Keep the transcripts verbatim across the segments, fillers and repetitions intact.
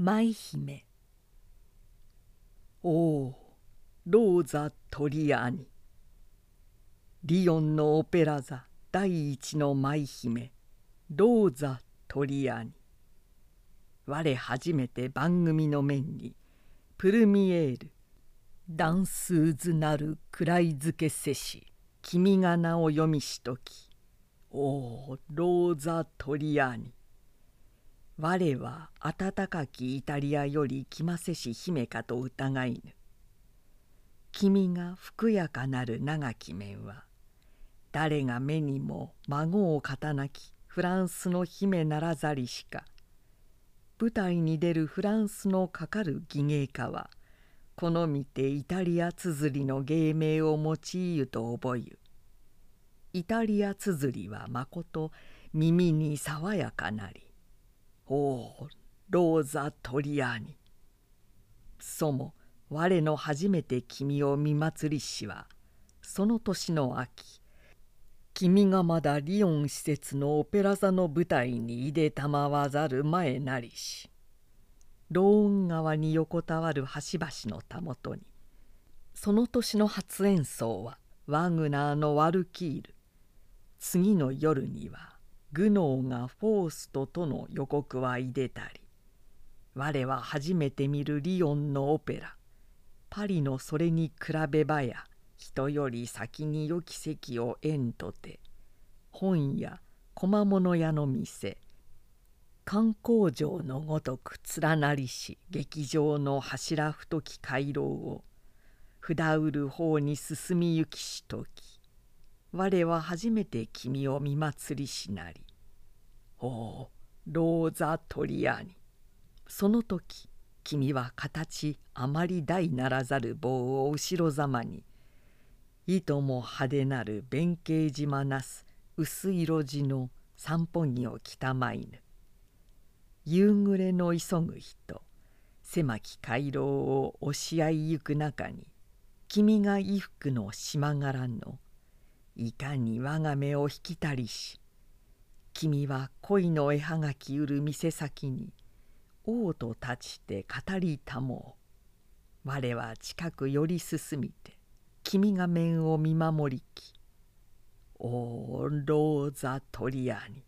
舞姫。おお、ローザ・トリアーニ。リヨンのオペラ座第一の舞姫、ローザ・トリアーニ。我初めて番組の面にプルミエール、ダンスーズなる位付けせし、君が名を読みしとき、おお、ローザ・トリアーニ。我は温かきイタリアより来ませし姫かと疑いぬ。君がふくやかなる長き面は、誰が目にも孫をかたなきフランスの姫ならざりしか。舞台に出るフランスのかかる戯芸家は、好みてイタリア綴りの芸名を用いゆと覚ゆ。イタリア綴りはまこと耳に爽やかなり。おお、ローザ・トリアーニ。そも我の初めて君を見祭りしは、その年の秋、君がまだリヨン施設のオペラ座の舞台にいでたまわざる前なりし、ローン川に横たわる橋橋のたもとに、その年の初演奏はワグナーのワルキール、次の夜にはグノーがフォーストとの予告はいでたり、我は初めて見るリヨンのオペラ、パリのそれに比べばや人より先に良き席を縁とて、本屋小物屋の店、観光場のごとく連なりし劇場の柱太き回廊を札売る方に進みゆきしとき、我は初めて君を見祭りしなり。おお、ローザ・トリアーニ。その時君は形あまり大ならざる棒を後ろざまに、いとも派手なる弁慶島なす薄色地の散歩着を着たまいぬ。夕暮れの急ぐ人、狭き回廊を押し合いゆく中に、君が衣服の島柄のいかに我が目を引きたりし、君は恋の絵はがき売る店先に王と立ちて語りたもう。我は近く寄り進みて君が面を見守りき、おお、ローザ・トリアーニ。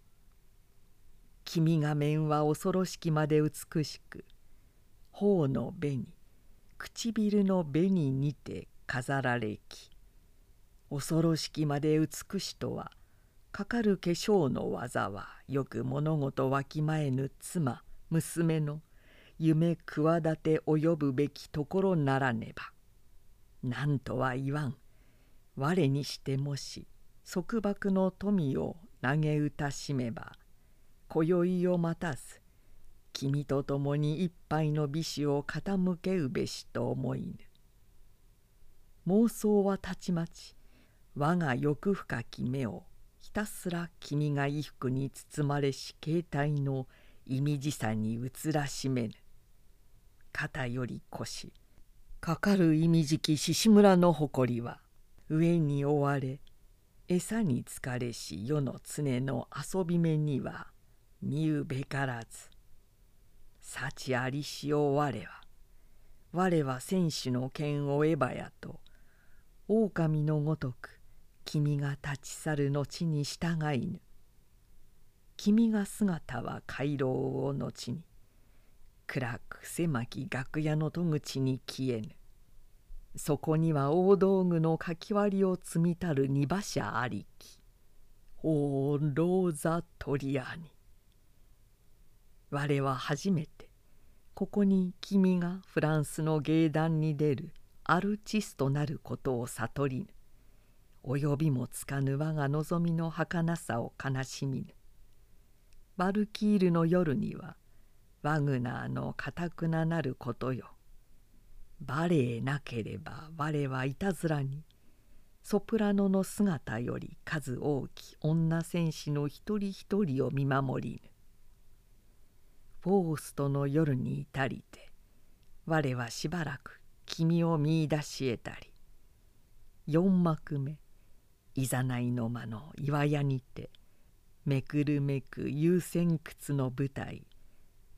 君が面は恐ろしきまで美しく、頬の紅、唇の紅にて飾られき、恐ろしきまで美しとは、かかる化粧の技はよく物事わきまえぬ妻娘の夢企て及ぶべきところならねば。なんとは言わん。我にしてもし束縛の富を投げうたしめば、今宵を待たず君と共に一杯の美酒を傾けうべしと思いぬ。妄想はたちまち我が欲深き目をひたすら君が衣服に包まれし形態のいみじさに移らしめぬ。肩より腰かかるいみじき獅子村の誇りは、上に追われ餌に疲れし世の常の遊び目には見うべからず。幸ありしお我は、我は選手の剣をエバやと、狼のごとく君が立ち去る後に従いぬ。君が姿は回廊を後に、暗く狭き楽屋の戸口に消えぬ。そこには大道具のかき割りを積みたる二馬車ありき。おお、ローザ・トリアーニ。我は初めてここに君がフランスの芸壇に出るアルチスとなることを悟りぬ。及びもつかぬ我が望みの儚さを悲しみぬ。バルキールの夜にはワグナーのかたくななることよ。バレエなければ我はいたずらにソプラノの姿より数多き女戦士の一人一人を見守りぬ。フォーストの夜に至りて我はしばらく君を見出し得たり、四幕目いざないの間の岩屋にてめくるめく優先窟の舞台、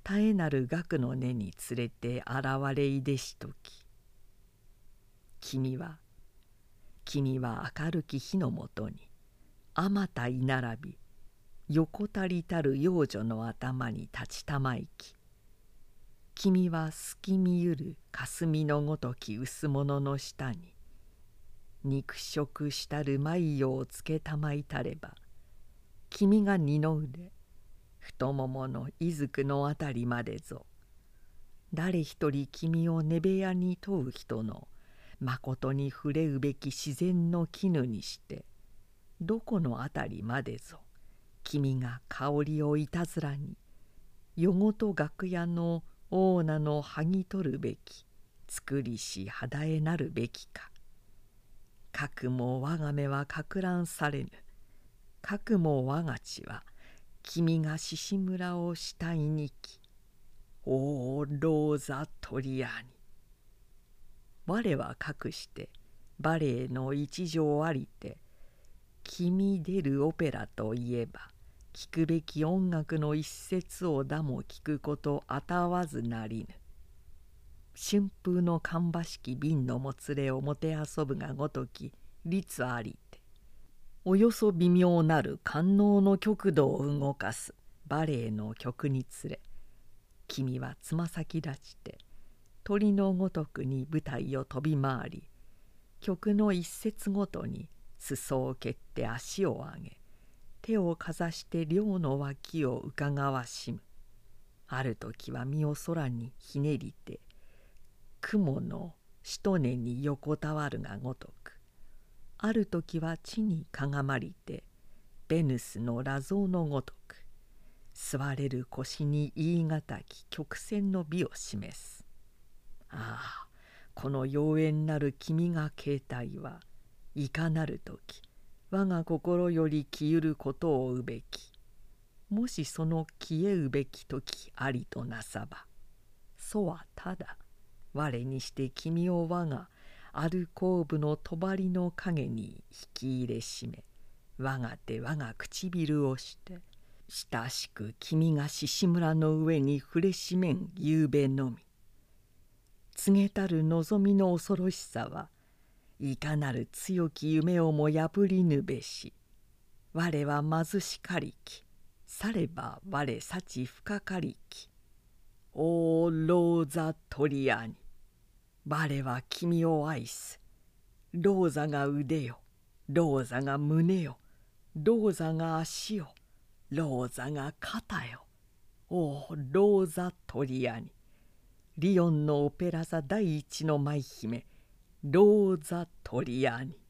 絶えなる学の根に連れて現れいでしとき。君は君は明るき火のもとにあまた居並び、横たりたる幼女の頭に立ちたまいき、君は透き見ゆる霞のごとき薄物の下に肉食したる眉をつけたまいたれば、君が二の腕太ももの衣服のあたりまでぞ、誰一人君を寝部屋に問う人のまことに触れうべき自然の絹にして、どこのあたりまでぞ君が香りをいたずらに夜ごと楽屋のオーナの剥ぎ取るべき作りし肌へなるべきか。かくも我が目はかく乱されぬ。かくも我が血は君が獅子村をしたいにき。おおローザトリアーニ。我はかくしてバレエの一条ありて、君出るオペラといえば聴くべき音楽の一節をだも聴くことあたわずなりぬ。春風の芳しき瓶のもつれをもてあそぶがごとき律ありて、およそ微妙なる官能の極度を動かすバレエの曲につれ、君はつま先立ちて鳥のごとくに舞台を飛び回り、曲の一節ごとに裾を蹴って足を上げ、手をかざして両の脇をうかがわしむ。ある時は身を空にひねりて雲のしとねに横たわるがごとく、ある時は地にかがまりてベヌスの裸像のごとく、座れる腰に言い難き曲線の美を示す。ああ、この妖艶なる君が形態はいかなる時我が心より消ゆることをうべき。もしその消えうべき時ありとなさば、そはただ我にして君を我がアルコーブの帳の影に引き入れしめ、我が手我が唇をして親しく君が獅子村の上に触れしめん夕べのみ。告げたる望みの恐ろしさはいかなる強き夢をも破りぬべし。我は貧しかりき、されば我幸深かりき。おーローザトリアーニ。我は君を愛す。ローザが腕よ、ローザが胸よ、ローザが足よ、ローザが肩よ。おーローザトリアーニ。リヨンのオペラ座第一の舞姫ローザ・トリアーニ。